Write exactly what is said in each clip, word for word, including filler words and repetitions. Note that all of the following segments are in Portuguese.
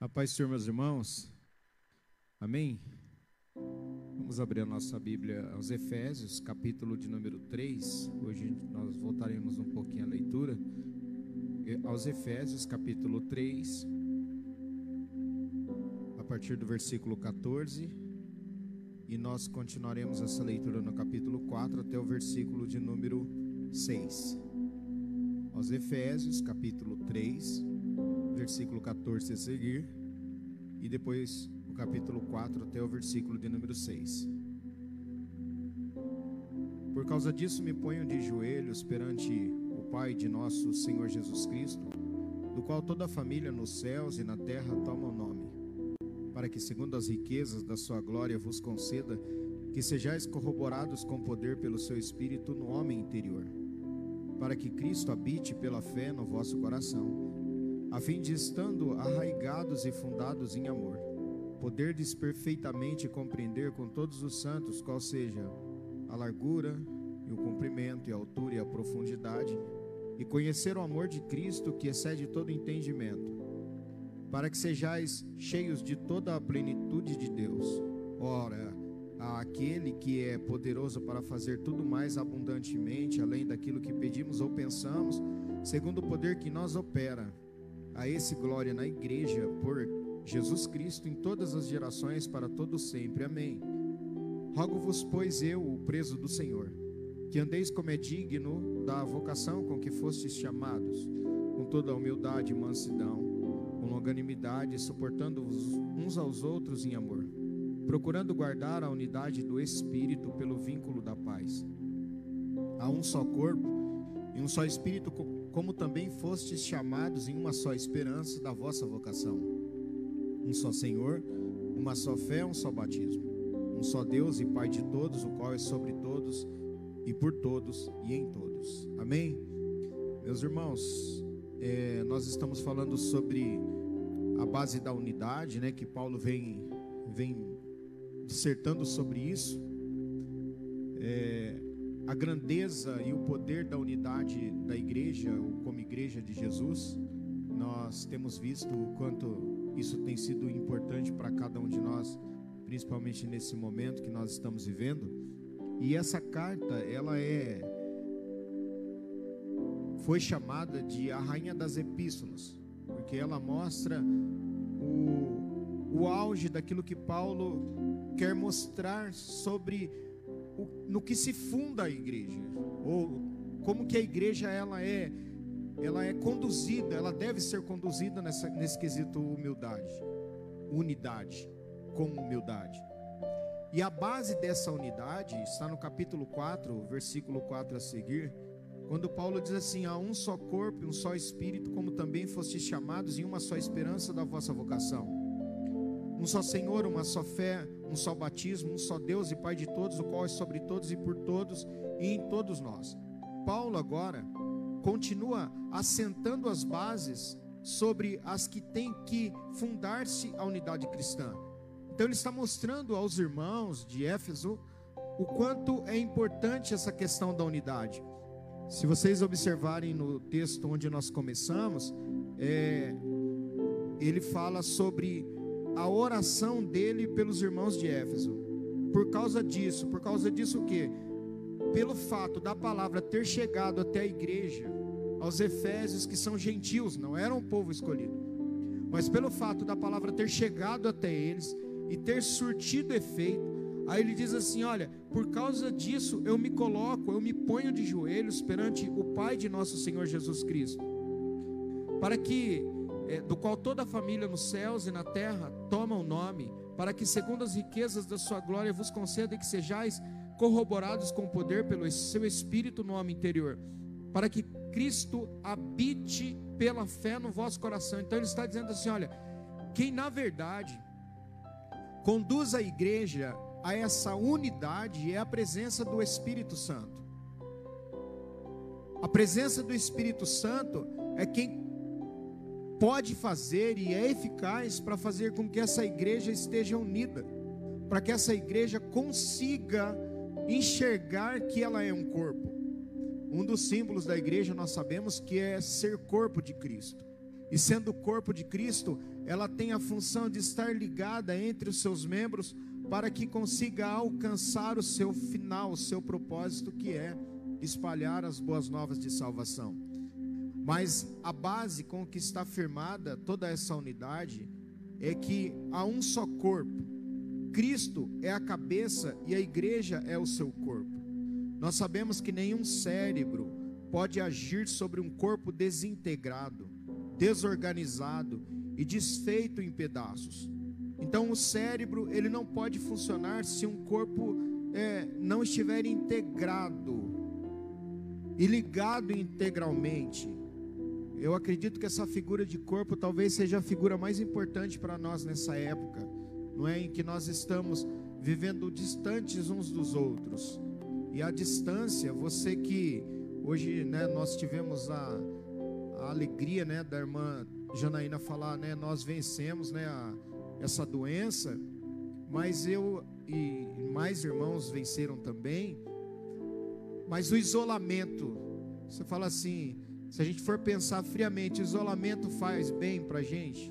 A paz do Senhor, meus irmãos. Amém? Vamos abrir a nossa Bíblia aos Efésios, capítulo de número três. Hoje nós voltaremos um pouquinho à leitura. Aos Efésios, capítulo três, a partir do versículo quatorze. E nós continuaremos essa leitura no capítulo quatro até o versículo de número seis. Aos Efésios, capítulo três, versículo quatorze a seguir, e depois o capítulo quatro até o versículo de número seis. Por causa disso me ponho de joelhos perante o Pai de nosso Senhor Jesus Cristo, do qual toda a família nos céus e na terra toma o nome, para que segundo as riquezas da sua glória vos conceda que sejais corroborados com poder pelo seu Espírito no homem interior, para que Cristo habite pela fé no vosso coração, a fim de, estando arraigados e fundados em amor, poderdes perfeitamente compreender com todos os santos qual seja a largura e o comprimento e a altura e a profundidade, e conhecer o amor de Cristo que excede todo entendimento, para que sejais cheios de toda a plenitude de Deus. Ora, àquele que é poderoso para fazer tudo mais abundantemente, além daquilo que pedimos ou pensamos, segundo o poder que nos opera, a esse glória na igreja, por Jesus Cristo, em todas as gerações, para todos sempre. Amém. Rogo-vos, pois eu, o preso do Senhor, que andeis como é digno da vocação com que fostes chamados, com toda a humildade e mansidão, com longanimidade, suportando-vos uns aos outros em amor, procurando guardar a unidade do Espírito pelo vínculo da paz. Há um só corpo e um só Espírito, como também fostes chamados em uma só esperança da vossa vocação. Um só Senhor, uma só fé, um só batismo. Um só Deus e Pai de todos, o qual é sobre todos e por todos e em todos. Amém? Meus irmãos, é, nós estamos falando sobre a base da unidade, né? Que Paulo vem, vem dissertando sobre isso. É, a grandeza e o poder da unidade da igreja, como igreja de Jesus. Nós temos visto o quanto isso tem sido importante para cada um de nós, principalmente nesse momento que nós estamos vivendo. E essa carta, ela é foi chamada de a rainha das epístolas, porque ela mostra o, o auge daquilo que Paulo quer mostrar sobre o, no que se funda a igreja, ou como que a igreja ela é ela é conduzida, ela deve ser conduzida nessa, nesse quesito humildade, unidade, com humildade. E a base dessa unidade está no capítulo quatro, versículo quatro a seguir, quando Paulo diz assim: há um só corpo e um só Espírito, como também fostes chamados em uma só esperança da vossa vocação. Um só Senhor, uma só fé, um só batismo, um só Deus e Pai de todos, o qual é sobre todos e por todos e em todos nós. Paulo agora continua assentando as bases sobre as que tem que fundar-se a unidade cristã. Então ele está mostrando aos irmãos de Éfeso o quanto é importante essa questão da unidade. Se vocês observarem no texto onde nós começamos, é, ele fala sobre a oração dele pelos irmãos de Éfeso. Por causa disso, por causa disso o quê? Pelo fato da palavra ter chegado até a igreja, aos efésios, que são gentios, não eram o povo escolhido, mas pelo fato da palavra ter chegado até eles e ter surtido efeito, aí ele diz assim: olha, por causa disso eu me coloco, eu me ponho de joelhos perante o Pai de nosso Senhor Jesus Cristo, para que, é, do qual toda a família nos céus e na terra toma o nome, para que segundo as riquezas da sua glória vos conceda que sejais corroborados com poder pelo seu Espírito no homem interior, para que Cristo habite pela fé no vosso coração. Então ele está dizendo assim: olha, quem na verdade conduz a igreja a essa unidade é a presença do Espírito Santo. A presença do Espírito Santo é quem pode fazer e é eficaz para fazer com que essa igreja esteja unida, para que essa igreja consiga enxergar que ela é um corpo. Um dos símbolos da igreja nós sabemos que é ser corpo de Cristo. E sendo o corpo de Cristo, ela tem a função de estar ligada entre os seus membros para que consiga alcançar o seu final, o seu propósito, que é espalhar as boas novas de salvação. Mas a base com que está firmada toda essa unidade é que há um só corpo. Cristo é a cabeça e a igreja é o seu corpo. Nós sabemos que nenhum cérebro pode agir sobre um corpo desintegrado, desorganizado e desfeito em pedaços. Então o cérebro, ele não pode funcionar se um corpo é, não estiver integrado e ligado integralmente. Eu acredito que essa figura de corpo talvez seja a figura mais importante para nós nessa época, não é, em que nós estamos vivendo distantes uns dos outros. E a distância, você que hoje, né, nós tivemos a, a alegria, né, da irmã Janaína falar, né, nós vencemos, né, a, essa doença, mas eu e mais irmãos venceram também. Mas o isolamento, você fala assim, se a gente for pensar friamente, o isolamento faz bem para a gente?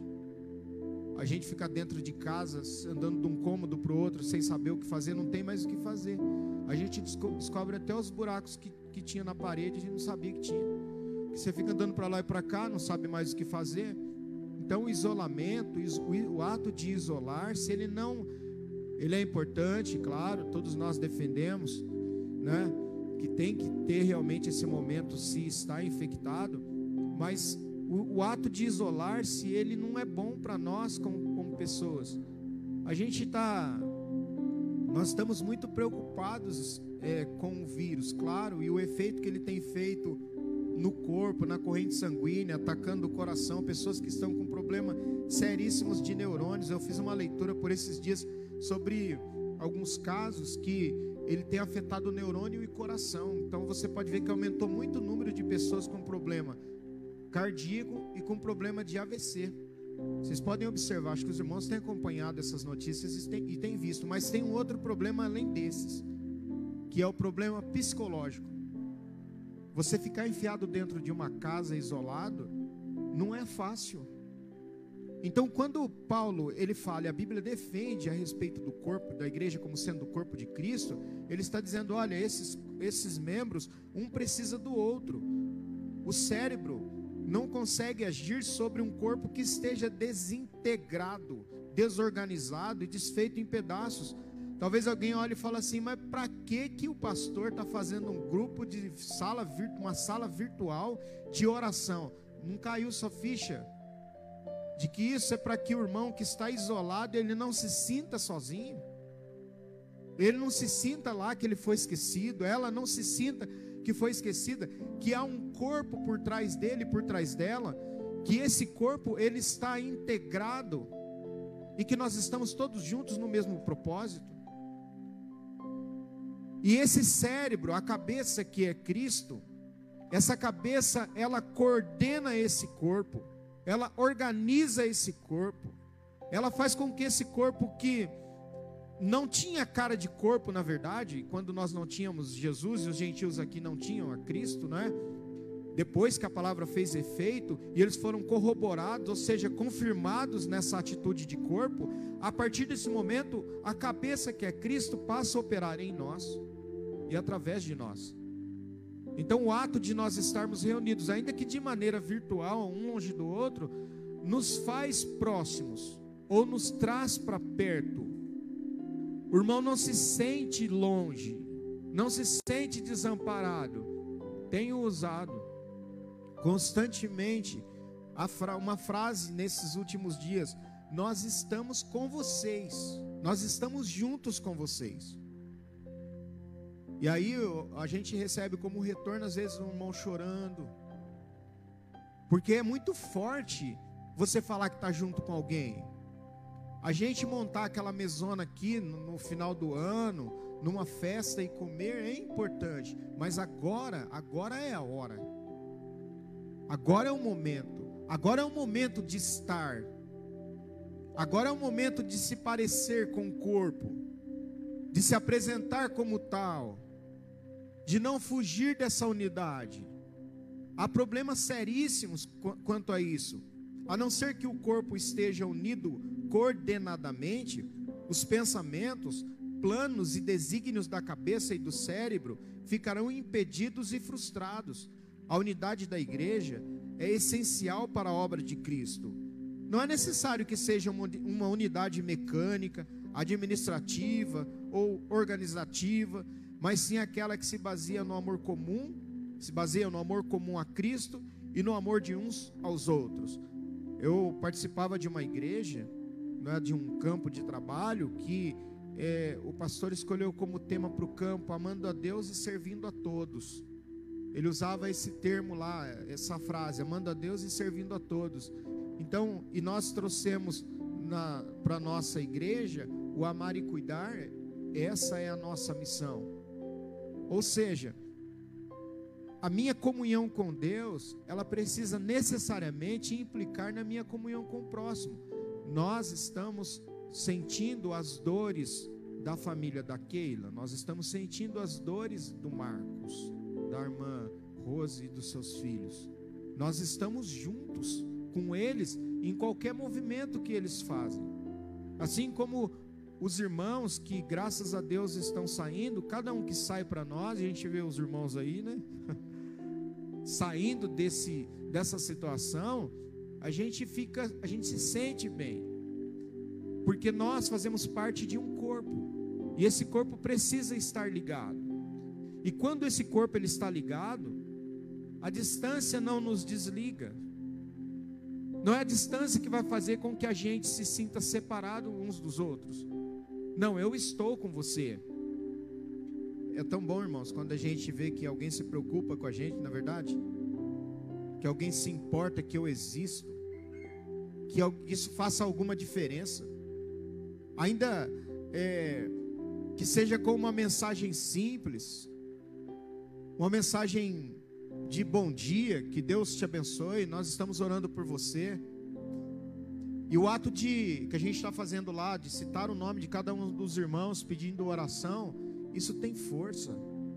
A gente fica dentro de casa, andando de um cômodo para o outro, sem saber o que fazer, não tem mais o que fazer. A gente descobre até os buracos que, que tinha na parede, a gente não sabia que tinha. Você fica andando para lá e para cá, não sabe mais o que fazer. Então o isolamento, o, o ato de isolar, se ele não, ele é importante, claro, todos nós defendemos, né, que tem que ter realmente esse momento se está infectado, mas o, o ato de isolar-se, ele não é bom para nós como, como pessoas. A gente está, nós estamos muito preocupados é, com o vírus, claro, e o efeito que ele tem feito no corpo, na corrente sanguínea, atacando o coração, pessoas que estão com problemas seríssimos de neurônios. Eu fiz uma leitura por esses dias sobre alguns casos que ele tem afetado o neurônio e coração. Então você pode ver que aumentou muito o número de pessoas com problema cardíaco e com problema de A V C. Vocês podem observar, acho que os irmãos têm acompanhado essas notícias e têm, e têm visto, mas tem um outro problema além desses, que é o problema psicológico. Você ficar enfiado dentro de uma casa isolado não é fácil. Então quando Paulo ele fala, a Bíblia defende a respeito do corpo da igreja como sendo o corpo de Cristo, ele está dizendo, olha, esses, esses membros, um precisa do outro. O cérebro não consegue agir sobre um corpo que esteja desintegrado, desorganizado e desfeito em pedaços. Talvez alguém olhe e fale assim, mas para que que o pastor está fazendo um grupo de sala, uma sala virtual de oração? Não caiu sua ficha de que isso é para que o irmão que está isolado, ele não se sinta sozinho, ele não se sinta lá que ele foi esquecido, ela não se sinta que foi esquecida, que há um corpo por trás dele, por trás dela, que esse corpo ele está integrado e que nós estamos todos juntos no mesmo propósito. E esse cérebro, a cabeça que é Cristo, essa cabeça ela coordena esse corpo, ela organiza esse corpo, ela faz com que esse corpo que não tinha cara de corpo, na verdade, quando nós não tínhamos Jesus e os gentios aqui não tinham a Cristo, né? Depois que a palavra fez efeito e eles foram corroborados, ou seja, confirmados nessa atitude de corpo, a partir desse momento, a cabeça que é Cristo passa a operar em nós e através de nós. Então o ato de nós estarmos reunidos, ainda que de maneira virtual, um longe do outro, nos faz próximos, ou nos traz para perto. O irmão não se sente longe, não se sente desamparado. Tenho usado constantemente a fra- uma frase nesses últimos dias: nós estamos com vocês, nós estamos juntos com vocês. E aí a gente recebe como retorno às vezes um irmão chorando, porque é muito forte você falar que está junto com alguém. A gente montar aquela mesona aqui no, no final do ano, numa festa e comer é importante, mas agora, agora é a hora, agora é o momento, agora é o momento de estar, agora é o momento de se parecer com o corpo, de se apresentar como tal, de não fugir dessa unidade. Há problemas seríssimos quanto a isso. A não ser que o corpo esteja unido coordenadamente, os pensamentos, planos e desígnios da cabeça e do cérebro ficarão impedidos e frustrados. A unidade da igreja é essencial para a obra de Cristo. Não é necessário que seja uma unidade mecânica, administrativa ou organizativa, mas sim aquela que se baseia no amor comum, se baseia no amor comum a Cristo e no amor de uns aos outros. Eu participava de uma igreja, né, de um campo de trabalho, que é, o pastor escolheu como tema para o campo, amando a Deus e servindo a todos. Ele usava esse termo lá, essa frase, amando a Deus e servindo a todos. Então, e nós trouxemos para a nossa igreja o amar e cuidar. Essa é a nossa missão. Ou seja, a minha comunhão com Deus, ela precisa necessariamente implicar na minha comunhão com o próximo. Nós estamos sentindo as dores da família da Keila, nós estamos sentindo as dores do Marcos, da irmã Rose e dos seus filhos. Nós estamos juntos com eles em qualquer movimento que eles fazem. Assim como os irmãos que, graças a Deus, estão saindo, cada um que sai para nós, a gente vê os irmãos aí, né? Saindo desse, dessa situação, a gente fica, a gente se sente bem, porque nós fazemos parte de um corpo, e esse corpo precisa estar ligado. E quando esse corpo ele está ligado, a distância não nos desliga. Não é a distância que vai fazer com que a gente se sinta separado uns dos outros. Não, eu estou com você. É tão bom, irmãos, quando a gente vê que alguém se preocupa com a gente, na verdade, que alguém se importa que eu existo, que isso faça alguma diferença, ainda é, que seja com uma mensagem simples, uma mensagem de bom dia, que Deus te abençoe, nós estamos orando por você. E o ato de que a gente está fazendo lá, de citar o nome de cada um dos irmãos, pedindo oração, isso tem força,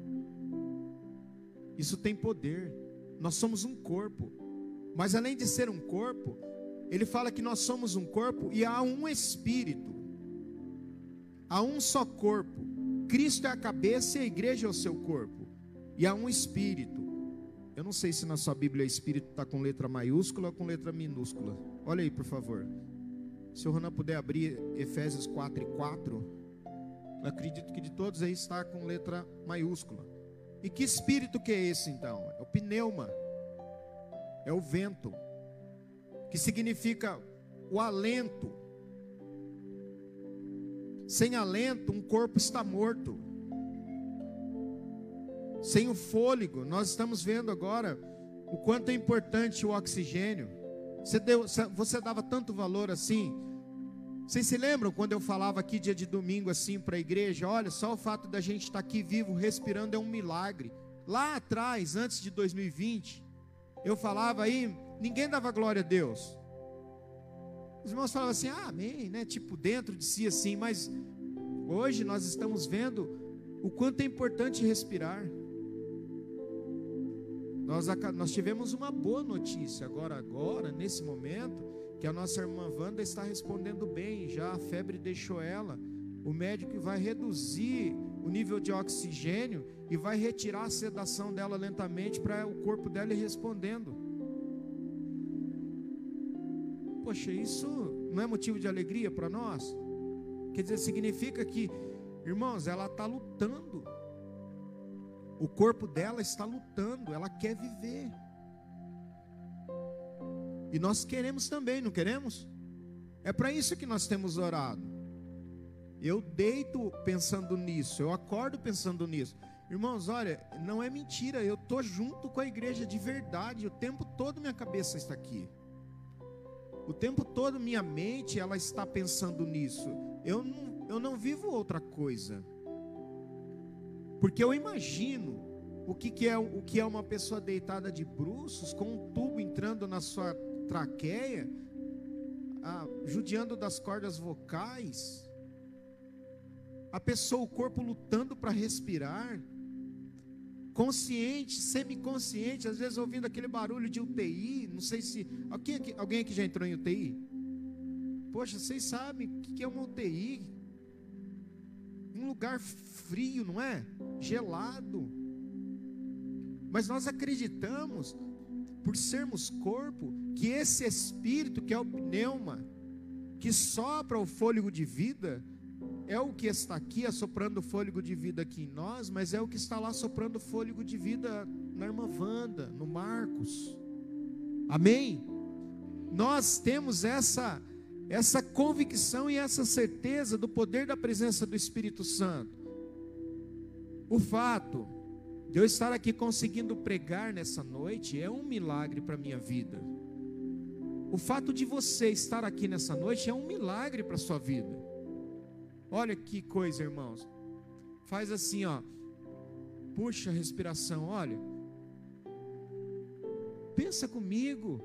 isso tem poder. Nós somos um corpo, mas além de ser um corpo, ele fala que nós somos um corpo e há um espírito, há um só corpo. Cristo é a cabeça e a igreja é o seu corpo, e há um espírito. Eu não sei se na sua Bíblia espírito está com letra maiúscula ou com letra minúscula. Olha aí, por favor. Se o Ronan puder abrir Efésios quatro e quatro, eu acredito que de todos aí está com letra maiúscula. E que espírito que é esse então? É o pneuma, é o vento, que significa o alento. Sem alento, um corpo está morto. Sem o fôlego, nós estamos vendo agora o quanto é importante o oxigênio. Você, deu, você dava tanto valor assim. Vocês se lembram quando eu falava aqui dia de domingo assim para a igreja? Olha, só o fato da gente estar aqui vivo, respirando é um milagre. Lá atrás, antes de dois mil e vinte, eu falava aí, ninguém dava glória a Deus. Os irmãos falavam assim, ah, amém, né? Tipo dentro de si assim, mas hoje nós estamos vendo o quanto é importante respirar. Nós, nós tivemos uma boa notícia agora, agora, nesse momento, que a nossa irmã Wanda está respondendo bem, já a febre deixou ela. O médico vai reduzir o nível de oxigênio e vai retirar a sedação dela lentamente para o corpo dela ir respondendo. Poxa, isso não é motivo de alegria para nós? Quer dizer, significa que, irmãos, ela está lutando. O corpo dela está lutando, ela quer viver. E nós queremos também, não queremos? É para isso que nós temos orado. Eu deito pensando nisso, eu acordo pensando nisso. Irmãos, olha, não é mentira, eu estou junto com a igreja de verdade. O tempo todo minha cabeça está aqui. O tempo todo minha mente, ela está pensando nisso. Eu não, eu não vivo outra coisa. Porque eu imagino o que, que, é, o que é uma pessoa deitada de bruços, com um tubo entrando na sua traqueia, ah, judiando das cordas vocais. A pessoa, o corpo lutando para respirar. consciente, semiconsciente, às vezes ouvindo aquele barulho de U T I, não sei se, alguém aqui, alguém aqui já entrou em U T I? Poxa, vocês sabem o que é uma U T I? Um lugar frio, não é? Gelado. Mas nós acreditamos, por sermos corpo, que esse espírito que é o pneuma, que sopra o fôlego de vida, é o que está aqui assoprando o fôlego de vida aqui em nós, mas é o que está lá soprando o fôlego de vida na irmã Wanda, no Marcos. Amém? Nós temos essa, essa convicção e essa certeza do poder da presença do Espírito Santo. O fato de eu estar aqui conseguindo pregar nessa noite é um milagre para a minha vida. O fato de você estar aqui nessa noite é um milagre para a sua vida. Olha que coisa, irmãos. Faz assim, ó. Puxa a respiração, olha. Pensa comigo.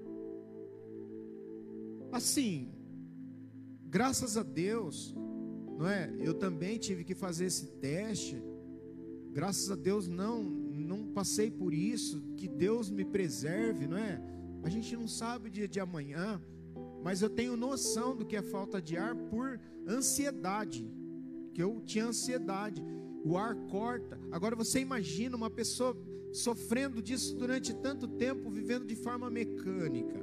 Assim, graças a Deus, não é? Eu também tive que fazer esse teste. Graças a Deus não, não passei por isso. Que Deus me preserve, não é? A gente não sabe o dia de amanhã, mas eu tenho noção do que é falta de ar por ansiedade, que eu tinha ansiedade, o ar corta. Agora você imagina uma pessoa sofrendo disso durante tanto tempo, vivendo de forma mecânica.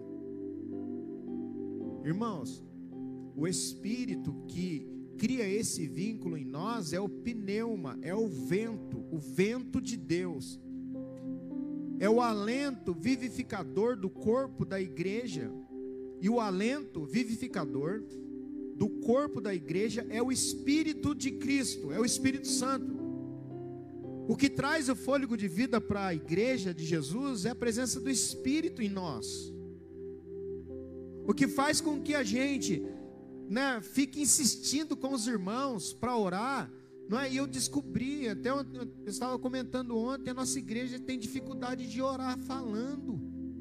Irmãos, o Espírito que cria esse vínculo em nós é o pneuma, é o vento, o vento de Deus. É o alento vivificador do corpo da igreja. E o alento vivificador do corpo da igreja é o Espírito de Cristo, é o Espírito Santo. O que traz o fôlego de vida para a igreja de Jesus é a presença do Espírito em nós. O que faz com que a gente, né, fique insistindo com os irmãos para orar, não é? E eu descobri, até eu, eu estava comentando ontem, a nossa igreja tem dificuldade de orar falando.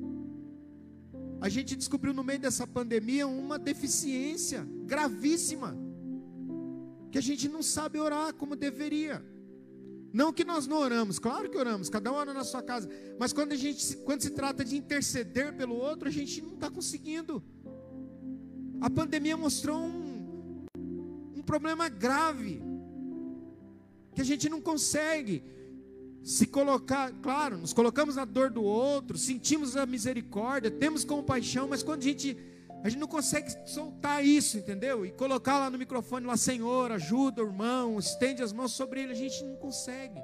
A gente descobriu no meio dessa pandemia uma deficiência gravíssima, que a gente não sabe orar como deveria. Não que nós não oramos, claro que oramos, cada um ora na sua casa, mas quando, a gente, quando se trata de interceder pelo outro, a gente não está conseguindo. A pandemia mostrou um, um problema grave, que a gente não consegue se colocar, claro, nos colocamos na dor do outro, sentimos a misericórdia, temos compaixão, mas quando a gente, a gente não consegue soltar isso, entendeu? E colocar lá no microfone, lá, Senhor, ajuda o irmão, estende as mãos sobre ele, a gente não consegue.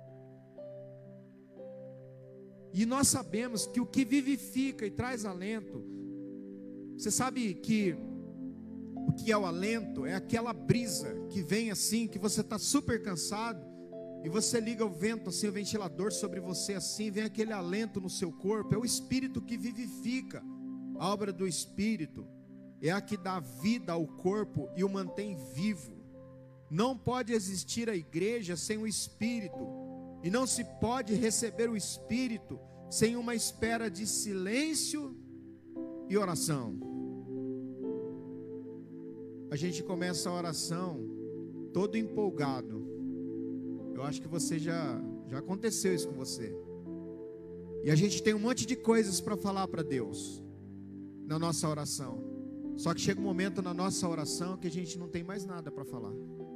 E nós sabemos que o que vivifica e traz alento, você sabe que o que é o alento? É aquela brisa que vem assim, que você está super cansado, e você liga o vento assim, o ventilador sobre você assim, vem aquele alento no seu corpo. É o Espírito que vivifica. A obra do Espírito é a que dá vida ao corpo e o mantém vivo. Não pode existir a igreja sem o Espírito, e não se pode receber o Espírito sem uma espera de silêncio e oração. A gente começa a oração todo empolgado. Eu acho que você já, já aconteceu isso com você. E a gente tem um monte de coisas para falar para Deus na nossa oração. Só que chega um momento na nossa oração que a gente não tem mais nada para falar.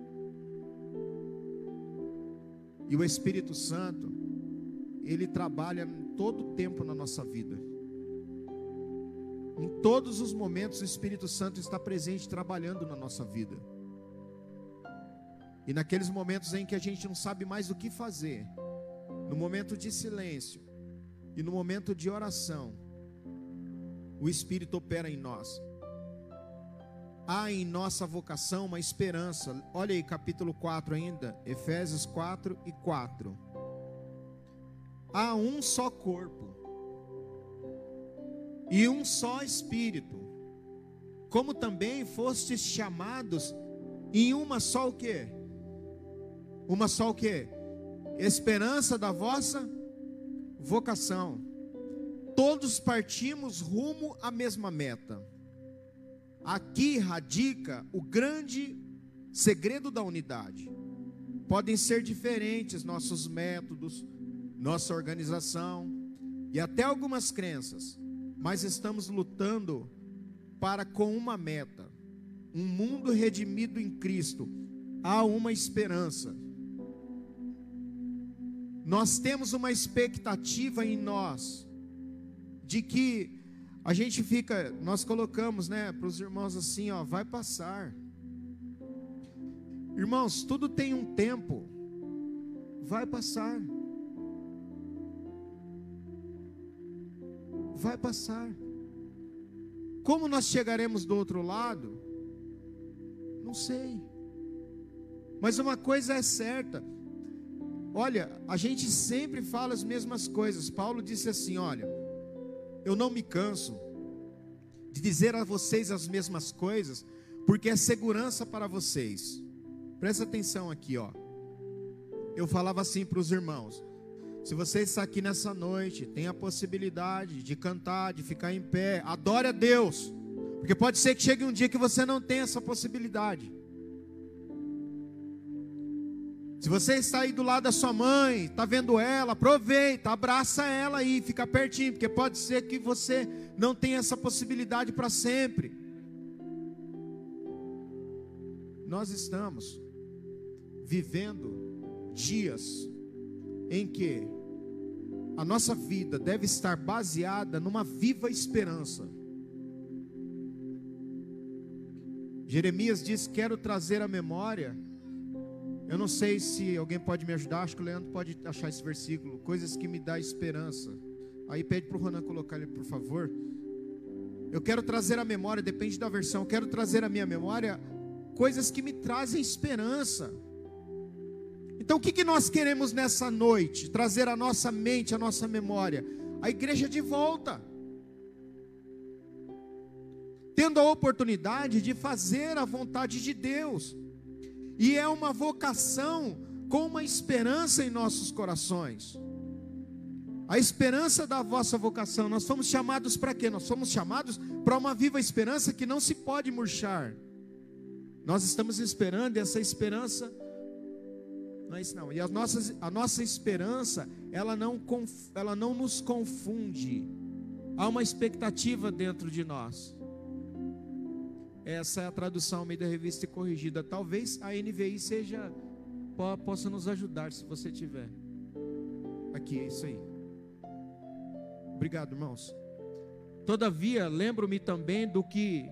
E o Espírito Santo, ele trabalha todo o tempo na nossa vida. Em todos os momentos o Espírito Santo está presente, trabalhando na nossa vida. E naqueles momentos em que a gente não sabe mais o que fazer, no momento de silêncio e no momento de oração, o Espírito opera em nós. Há em nossa vocação uma esperança. Olha aí capítulo quatro ainda, Efésios quatro e quatro. Há um só corpo e um só Espírito, como também fostes chamados em uma só o quê? Uma só o quê? Esperança da vossa vocação. Todos partimos rumo à mesma meta. Aqui radica o grande segredo da unidade. Podem ser diferentes nossos métodos, nossa organização e até algumas crenças, mas estamos lutando para com uma meta: um mundo redimido em Cristo. Há uma esperança. Nós temos uma expectativa em nós de que a gente fica, nós colocamos, né, para os irmãos assim, ó, vai passar. Irmãos, tudo tem um tempo. Vai passar. Vai passar. Como nós chegaremos do outro lado? Não sei. Mas uma coisa é certa. Olha, a gente sempre fala as mesmas coisas. Paulo disse assim, olha, eu não me canso de dizer a vocês as mesmas coisas, porque é segurança para vocês. Presta atenção aqui, ó. Eu falava assim para os irmãos: se você está aqui nessa noite, tem a possibilidade de cantar, de ficar em pé, adore a Deus, porque pode ser que chegue um dia que você não tenha essa possibilidade. Se você está aí do lado da sua mãe, está vendo ela, aproveita, abraça ela aí, fica pertinho, porque pode ser que você não tenha essa possibilidade para sempre. Nós estamos vivendo dias em que a nossa vida deve estar baseada numa viva esperança. Jeremias diz: quero trazer à memória. Eu não sei se alguém pode me ajudar, acho que o Leandro pode achar esse versículo, coisas que me dão esperança. Aí pede para o Ronan colocar ele, por favor. Eu quero trazer à memória, depende da versão, eu quero trazer à minha memória coisas que me trazem esperança. Então o que, que nós queremos nessa noite? Trazer à nossa mente, à nossa memória, a igreja de volta, tendo a oportunidade de fazer a vontade de Deus. E é uma vocação com uma esperança em nossos corações. A esperança da vossa vocação. Nós fomos chamados para quê? Nós fomos chamados para uma viva esperança que não se pode murchar. Nós estamos esperando, e essa esperança não é isso não. E a nossa, a nossa esperança, ela não, ela não nos confunde. Há uma expectativa dentro de nós. Essa é a tradução meio da revista e corrigida. Talvez a N V I seja, possa nos ajudar, se você tiver. Aqui, é isso aí. Obrigado, irmãos. Todavia, lembro-me também do que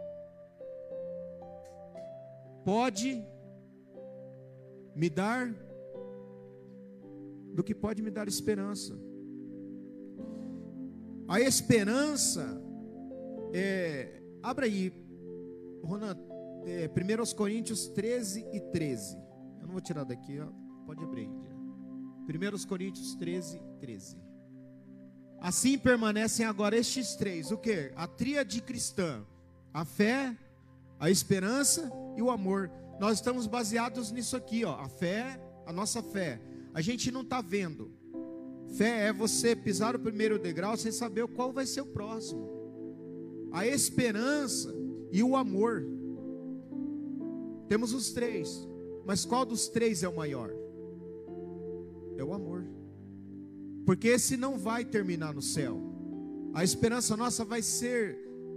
pode me dar, do que pode me dar esperança. A esperança é, abra aí, Ronan, é, primeiro Coríntios treze e treze. Eu não vou tirar daqui, ó, pode abrir aí. primeiro Coríntios treze, treze. Assim permanecem agora estes três, o que? A tríade cristã: a fé, a esperança e o amor. Nós estamos baseados nisso aqui, ó. A fé, a nossa fé, a gente não está vendo. Fé é você pisar o primeiro degrau sem saber qual vai ser o próximo. A esperança e o amor. Temos os três, mas qual dos três é o maior? É o amor. Porque esse não vai terminar no céu. A esperança nossa vai ser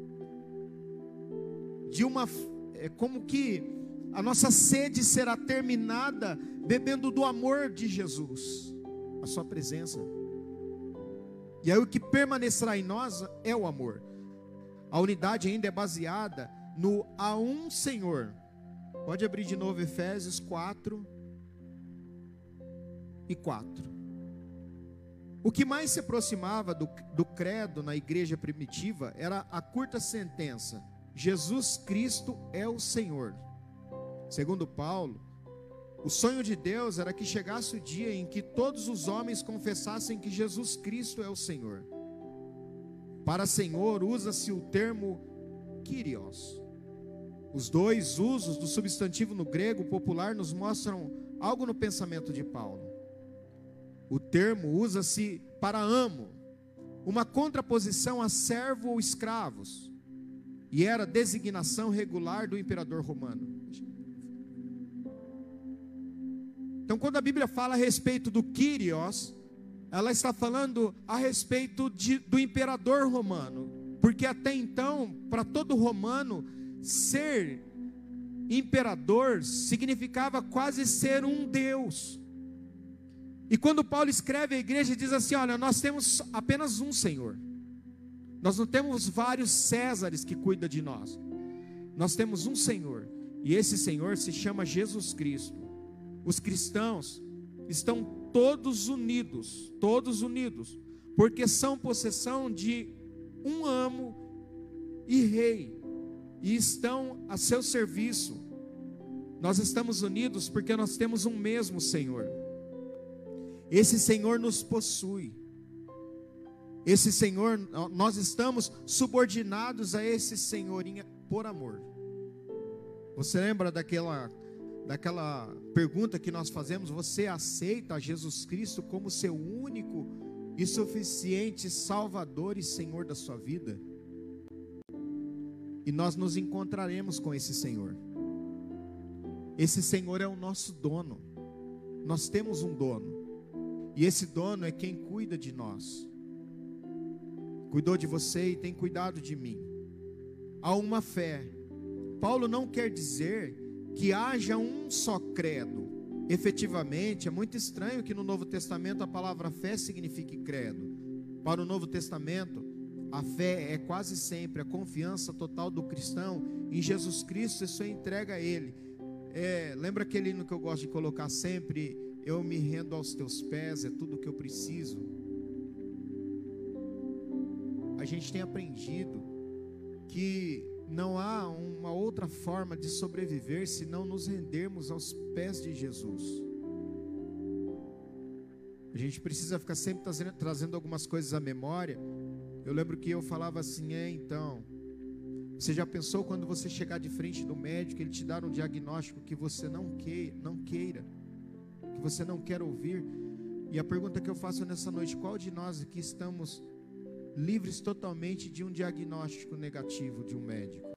de uma, é como que a nossa sede será terminada bebendo do amor de Jesus, a sua presença. E aí o que permanecerá em nós é o amor. A unidade ainda é baseada no a um Senhor. Pode abrir de novo Efésios quatro e quatro. O que mais se aproximava do, do credo na igreja primitiva era a curta sentença: Jesus Cristo é o Senhor. Segundo Paulo, o sonho de Deus era que chegasse o dia em que todos os homens confessassem que Jesus Cristo é o Senhor. Para Senhor usa-se o termo Kyrios. Os dois usos do substantivo no grego popular nos mostram algo no pensamento de Paulo. O termo usa-se para amo, uma contraposição a servo ou escravos, e era designação regular do imperador romano. Então, quando a Bíblia fala a respeito do Kyrios, ela está falando a respeito de, do imperador romano, porque até então, para todo romano, ser imperador significava quase ser um deus. E quando Paulo escreve à igreja, diz assim: olha, nós temos apenas um Senhor, nós não temos vários Césares que cuidam de nós, nós temos um Senhor, e esse Senhor se chama Jesus Cristo. Os cristãos estão todos unidos, todos unidos, porque são possessão de um amo e rei, e estão a seu serviço. Nós estamos unidos porque nós temos um mesmo Senhor. Esse Senhor nos possui. Esse Senhor, nós estamos subordinados a esse Senhor por amor. Você lembra daquela, daquela pergunta que nós fazemos? Você aceita Jesus Cristo como seu único e suficiente Salvador e Senhor da sua vida? E nós nos encontraremos com esse Senhor. Esse Senhor é o nosso dono. Nós temos um dono, e esse dono é quem cuida de nós. Cuidou de você e tem cuidado de mim. Há uma fé. Paulo não quer dizer que haja um só credo. Efetivamente, é muito estranho que no Novo Testamento a palavra fé signifique credo. Para o Novo Testamento, a fé é quase sempre a confiança total do cristão em Jesus Cristo e sua entrega a Ele. É, lembra aquele hino que eu gosto de colocar sempre? Eu me rendo aos teus pés, é tudo o que eu preciso. A gente tem aprendido que não há uma outra forma de sobreviver senão nos rendermos aos pés de Jesus. A gente precisa ficar sempre trazendo, trazendo algumas coisas à memória. Eu lembro que eu falava assim: é, então, você já pensou quando você chegar de frente do médico, ele te dar um diagnóstico que você não queira, não queira, que você não quer ouvir? E a pergunta que eu faço nessa noite: qual de nós aqui estamos livres totalmente de um diagnóstico negativo de um médico?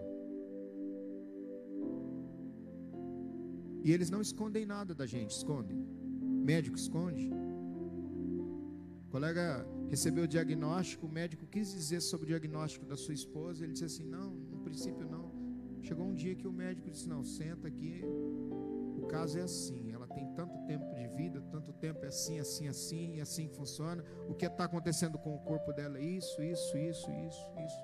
E eles não escondem nada da gente, escondem? Médico esconde? O colega recebeu o diagnóstico, o médico quis dizer sobre o diagnóstico da sua esposa, ele disse assim: não, no princípio não. Chegou um dia que o médico disse: não, senta aqui, o caso é assim, ela tem tanto tempo de vida, tanto tempo é assim, assim, assim, e assim funciona. O que está acontecendo com o corpo dela é isso, isso, isso, isso, isso.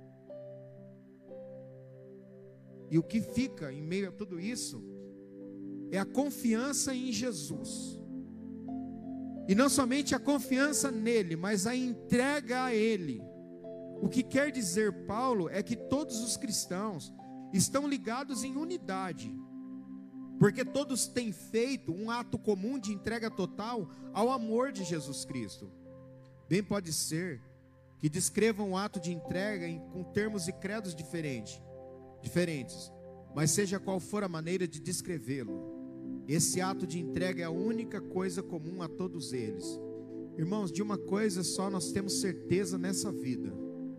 E o que fica em meio a tudo isso é a confiança em Jesus. E não somente a confiança nele, mas a entrega a ele. O que quer dizer Paulo é que todos os cristãos estão ligados em unidade, porque todos têm feito um ato comum de entrega total ao amor de Jesus Cristo. Bem pode ser que descrevam o ato de entrega em, com termos e credos diferentes, diferentes, mas seja qual for a maneira de descrevê-lo, esse ato de entrega é a única coisa comum a todos eles. Irmãos, de uma coisa só nós temos certeza nessa vida: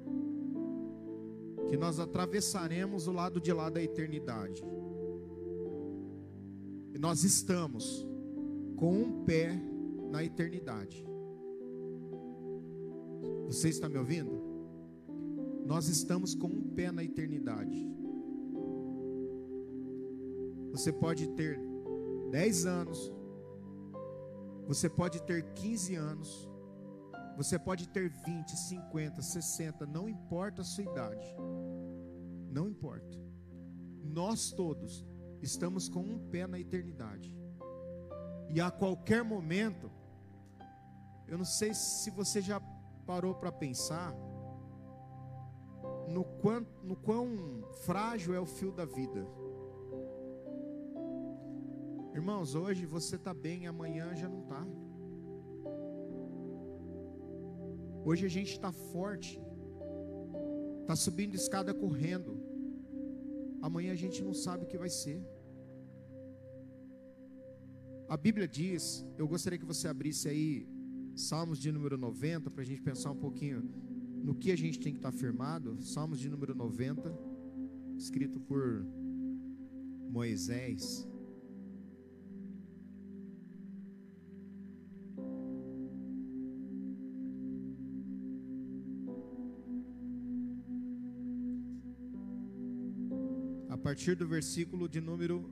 que nós atravessaremos o lado de lá da eternidade. E nós estamos com um pé na eternidade. Você está me ouvindo? Nós estamos com um pé na eternidade. Você pode ter dez anos, você pode ter quinze anos, você pode ter vinte, cinquenta, sessenta, não importa a sua idade, não importa. Nós todos estamos com um pé na eternidade. E a qualquer momento, eu não sei se você já parou para pensar no quão, no quão frágil é o fio da vida. Irmãos, hoje você está bem, amanhã já não está. Hoje a gente está forte, está subindo escada correndo, amanhã a gente não sabe o que vai ser. A Bíblia diz, eu gostaria que você abrisse aí Salmos de número noventa, para a gente pensar um pouquinho no que a gente tem que estar firmado. Salmos de número noventa, escrito por Moisés. partir do versículo de número...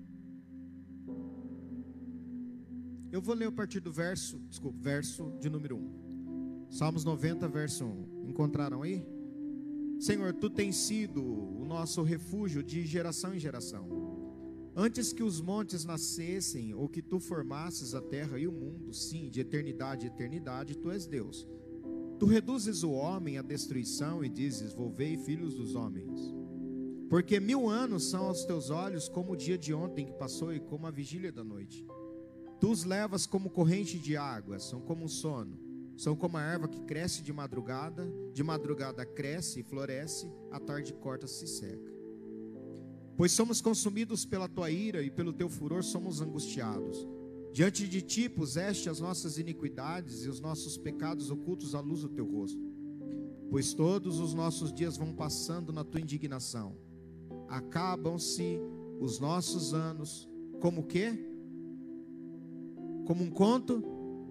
Eu vou ler a partir do verso, desculpa, verso de número um. Salmos noventa, verso um. Encontraram aí? Senhor, Tu tens sido o nosso refúgio de geração em geração. Antes que os montes nascessem, ou que Tu formasses a terra e o mundo, sim, de eternidade em eternidade, Tu és Deus. Tu reduzes o homem à destruição e dizes, volvei filhos dos homens. Porque mil anos são aos Teus olhos como o dia de ontem que passou e como a vigília da noite. Tu os levas como corrente de água, são como um sono. São como a erva que cresce de madrugada, de madrugada cresce e floresce, à tarde corta-se e seca. Pois somos consumidos pela Tua ira e pelo Teu furor somos angustiados. Diante de Ti puseste as nossas iniquidades e os nossos pecados ocultos à luz do Teu rosto. Pois todos os nossos dias vão passando na Tua indignação. Acabam-se os nossos anos, como o quê? Como um conto?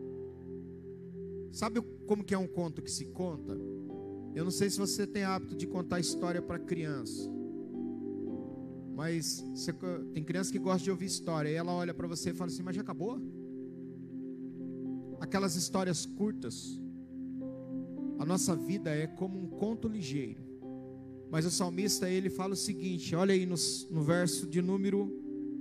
Sabe como que é um conto que se conta? Eu não sei se você tem hábito de contar história para criança, mas você, tem criança que gosta de ouvir história, e ela olha para você e fala assim, mas já acabou? Aquelas histórias curtas. A nossa vida é como um conto ligeiro. Mas o salmista, ele fala o seguinte, olha aí no, no verso de número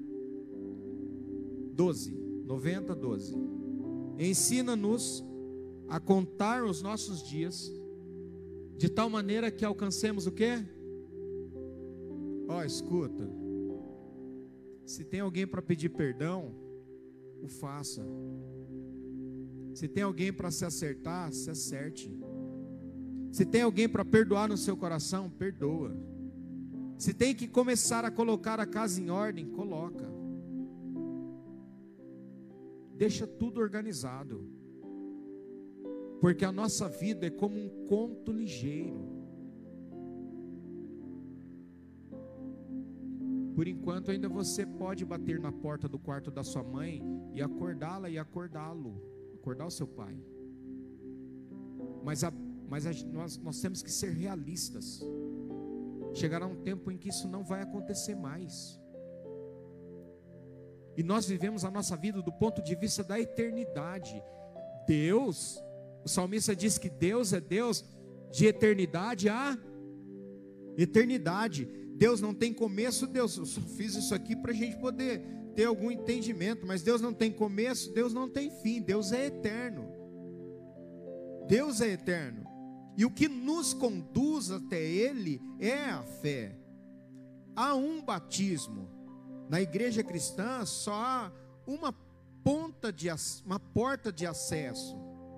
doze, noventa, doze. Ensina-nos a contar os nossos dias, de tal maneira que alcancemos o quê? Ó, oh, escuta. Se tem alguém para pedir perdão, o faça. Se tem alguém para se acertar, se acerte. Se tem alguém para perdoar no seu coração, perdoa. Se tem que começar a colocar a casa em ordem, coloca. Deixa tudo organizado. Porque a nossa vida é como um conto ligeiro. Por enquanto ainda você pode bater na porta do quarto da sua mãe e acordá-la e acordá-lo, acordar o seu pai. Mas, a, mas a, nós, nós temos que ser realistas. Chegará um tempo em que isso não vai acontecer mais. E nós vivemos a nossa vida do ponto de vista da eternidade. Deus, o salmista diz que Deus é Deus de eternidade a eternidade. Deus não tem começo, Deus, eu só fiz isso aqui para a gente poder ter algum entendimento, mas Deus não tem começo, Deus não tem fim, Deus é eterno. Deus é eterno. E o que nos conduz até Ele é a fé. Há um batismo. Na igreja cristã só há uma ponta de uma porta de acesso.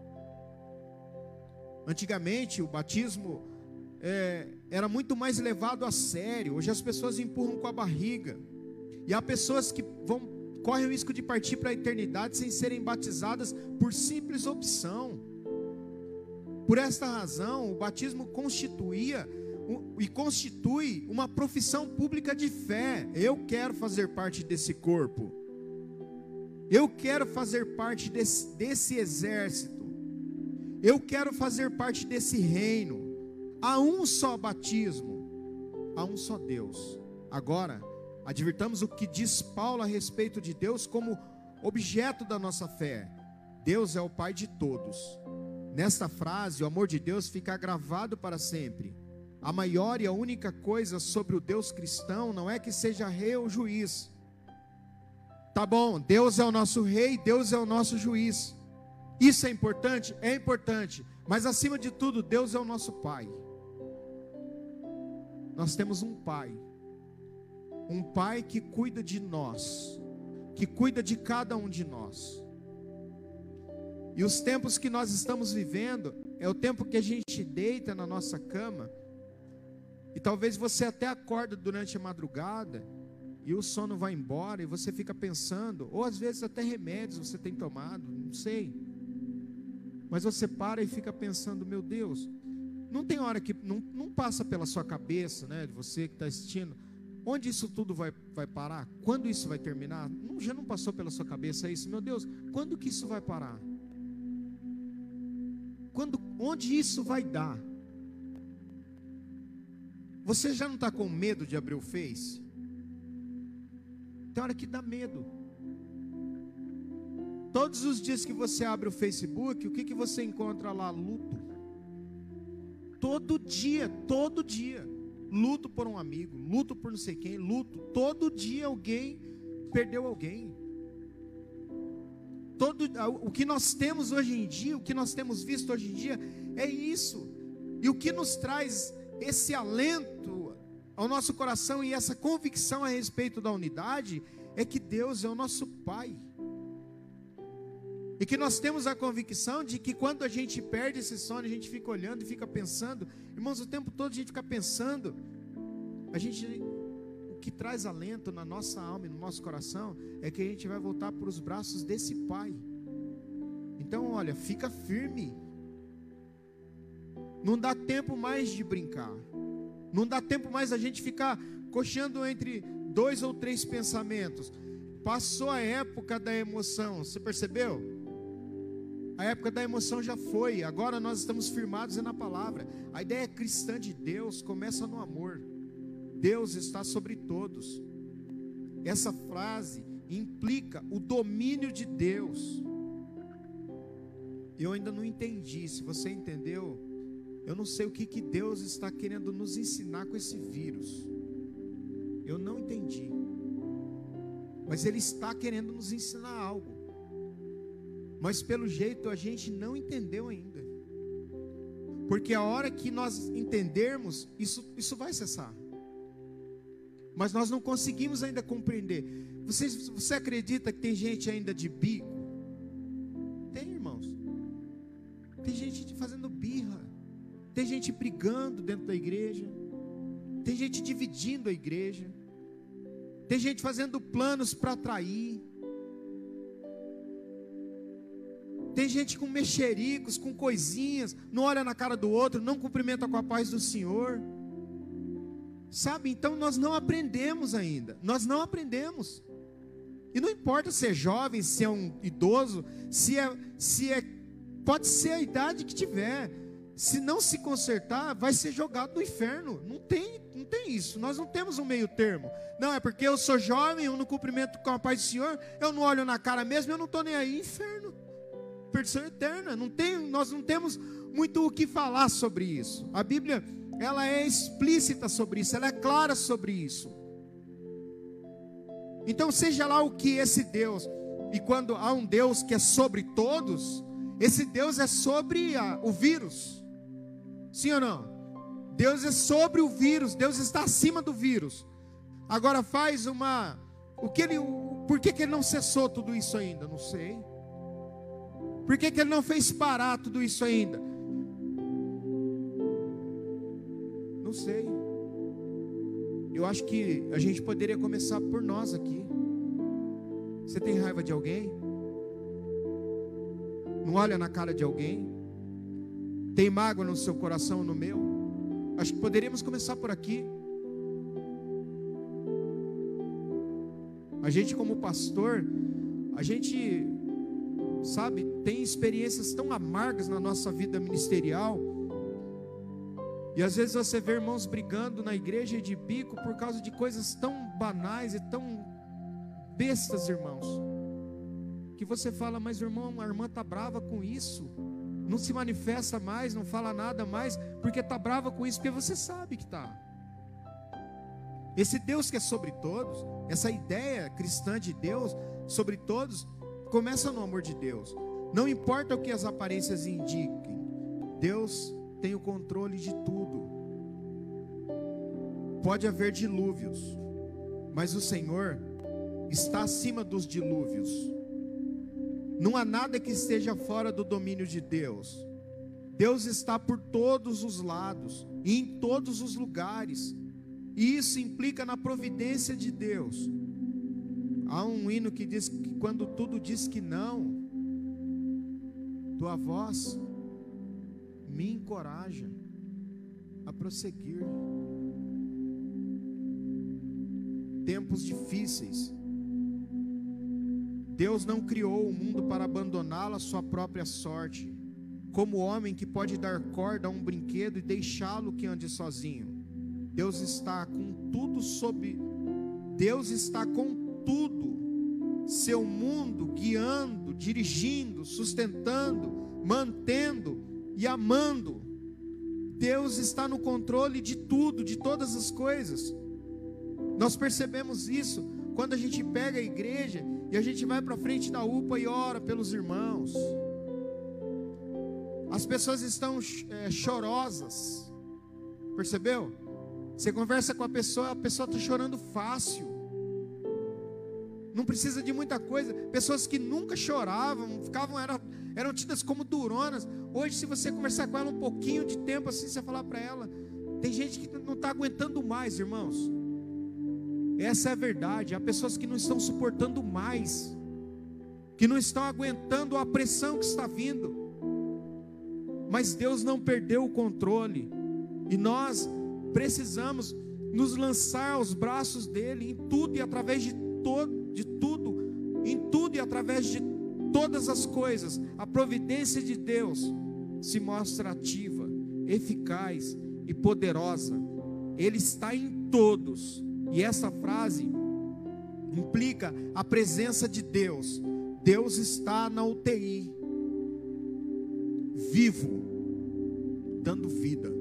Antigamente o batismo é, era muito mais levado a sério. Hoje as pessoas empurram com a barriga. E há pessoas que vão, correm o risco de partir para a eternidade sem serem batizadas por simples opção. Por esta razão, o batismo constituía e constitui uma profissão pública de fé. Eu quero fazer parte desse corpo. Eu quero fazer parte desse, desse exército. Eu quero fazer parte desse reino. Há um só batismo. Há um só Deus. Agora, advirtamos o que diz Paulo a respeito de Deus como objeto da nossa fé. Deus é o Pai de todos. Nesta frase, o amor de Deus fica gravado para sempre. A maior e a única coisa sobre o Deus cristão não é que seja rei ou juiz. Tá bom, Deus é o nosso rei, Deus é o nosso juiz. Isso é importante? É importante. Mas acima de tudo, Deus é o nosso Pai. Nós temos um Pai. Um Pai que cuida de nós. Que cuida de cada um de nós. E os tempos que nós estamos vivendo é o tempo que a gente deita na nossa cama. E talvez você até acorda durante a madrugada e o sono vai embora e você fica pensando, ou às vezes até remédios você tem tomado, não sei. Mas você para e fica pensando, meu Deus, não tem hora que, não, não passa pela sua cabeça, né, de você que está assistindo, onde isso tudo vai, vai parar? Quando isso vai terminar? Não, já não passou pela sua cabeça isso? Meu Deus, quando que isso vai parar? Quando, onde isso vai dar? Você já não está com medo de abrir o Face? Tem hora que dá medo. Todos os dias que você abre o Facebook, o que, que você encontra lá? Luto. Todo dia, todo dia. Luto por um amigo, luto por não sei quem, luto. Todo dia alguém perdeu alguém. Todo, o que nós temos hoje em dia, o que nós temos visto hoje em dia, é isso. E o que nos traz esse alento ao nosso coração e essa convicção a respeito da unidade, é que Deus é o nosso Pai. E que nós temos a convicção de que quando a gente perde esse sono, a gente fica olhando e fica pensando. Irmãos, o tempo todo a gente fica pensando. A gente, o que traz alento na nossa alma e no nosso coração é que a gente vai voltar para os braços desse Pai. Então, olha, fica firme. Não dá tempo mais de brincar. Não dá tempo mais a gente ficar cocheando entre dois ou três pensamentos. Passou a época da emoção, você percebeu? A época da emoção já foi. Agora nós estamos firmados na palavra. A ideia cristã de Deus começa no amor. Deus está sobre todos. Essa frase implica o domínio de Deus. Eu ainda não entendi. Se você entendeu, eu não sei o que, que Deus está querendo nos ensinar com esse vírus. Eu não entendi. Mas Ele está querendo nos ensinar algo. Mas pelo jeito a gente não entendeu ainda. Porque a hora que nós entendermos, isso, isso vai cessar. Mas nós não conseguimos ainda compreender. Você, você acredita que tem gente ainda de bico? Tem, irmãos. Tem gente fazendo birra. Tem gente brigando dentro da igreja. Tem gente dividindo a igreja. Tem gente fazendo planos para atrair. Tem gente com mexericos, com coisinhas, não olha na cara do outro, não cumprimenta com a paz do Senhor. Sabe, então nós não aprendemos ainda. Nós não aprendemos. E não importa se é jovem, se é um idoso, se é, se é, pode ser a idade que tiver. Se não se consertar, vai ser jogado no inferno. Não tem, não tem isso. Nós não temos um meio termo. Não, é porque eu sou jovem, eu não cumprimento com a paz do Senhor, eu não olho na cara mesmo, eu não estou nem aí, inferno. Perdição eterna. Não tem, nós não temos muito o que falar sobre isso. A Bíblia, ela é explícita sobre isso, ela é clara sobre isso. Então, seja lá o que esse Deus, e quando há um Deus que é sobre todos, esse Deus é sobre a, o vírus. Sim ou não? Deus é sobre o vírus, Deus está acima do vírus. Agora faz uma, o que ele, o, por que, que ele não cessou tudo isso ainda? Não sei. Por que, que ele não fez parar tudo isso ainda? Não sei. Eu acho que a gente poderia começar por nós aqui. Você tem raiva de alguém? Não olha na cara de alguém? Tem mágoa no seu coração, no meu? Acho que poderíamos começar por aqui. A gente como pastor, a gente, sabe, tem experiências tão amargas na nossa vida ministerial. E às vezes você vê irmãos brigando na igreja de bico por causa de coisas tão banais e tão bestas, irmãos, que você fala, mas irmão, a irmã está brava com isso, não se manifesta mais, não fala nada mais, porque está brava com isso, porque você sabe que está. Esse Deus que é sobre todos, essa ideia cristã de Deus sobre todos, começa no amor de Deus. Não importa o que as aparências indiquem, Deus tem o controle de tudo. Pode haver dilúvios, mas o Senhor está acima dos dilúvios. Não há nada que esteja fora do domínio de Deus. Deus está por todos os lados e em todos os lugares. E isso implica na providência de Deus. Há um hino que diz que quando tudo diz que não, tua voz me encoraja a prosseguir. Tempos difíceis. Deus não criou o mundo para abandoná-lo à sua própria sorte, como homem que pode dar corda a um brinquedo e deixá-lo que ande sozinho. Deus está com tudo sob, Deus está com tudo, seu mundo, guiando, dirigindo, sustentando, mantendo e amando. Deus está no controle de tudo, de todas as coisas. Nós percebemos isso quando a gente pega a igreja e a gente vai para frente da U P A e ora pelos irmãos. As pessoas estão é, chorosas, percebeu? Você conversa com a pessoa, a pessoa está chorando fácil. Não precisa de muita coisa. Pessoas que nunca choravam, ficavam, eram, eram tidas como duronas. Hoje, se você conversar com ela um pouquinho de tempo assim, você falar para ela, tem gente que não está aguentando mais, irmãos. Essa é a verdade. Há pessoas que não estão suportando mais, que não estão aguentando a pressão que está vindo. Mas Deus não perdeu o controle, e nós precisamos nos lançar aos braços dele, em tudo e através de todo, de tudo, em tudo e através de todas as coisas. A providência de Deus se mostra ativa, eficaz e poderosa. Ele está em todos, e essa frase implica a presença de Deus. Deus está na U T I, vivo, dando vida.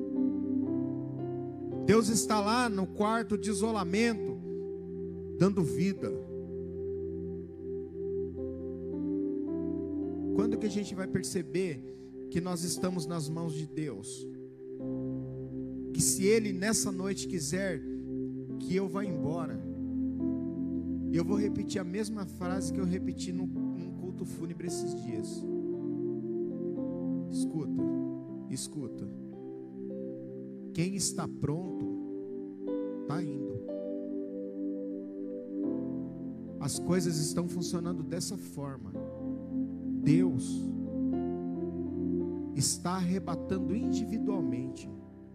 Deus está lá no quarto de isolamento, dando vida. Quando que a gente vai perceber que nós estamos nas mãos de Deus? Que se Ele nessa noite quiser que eu vá embora, eu vou repetir a mesma frase que eu repeti no, num culto fúnebre esses dias. Escuta, escuta. Quem está pronto, está indo. As coisas estão funcionando dessa forma. Deus está arrebatando individualmente.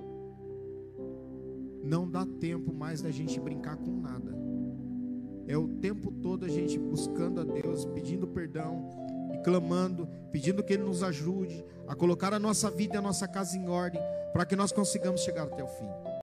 Não dá tempo mais da gente brincar com nada. É o tempo todo a gente buscando a Deus, pedindo perdão e clamando, pedindo que Ele nos ajude a colocar a nossa vida e a nossa casa em ordem, para que nós consigamos chegar até o fim.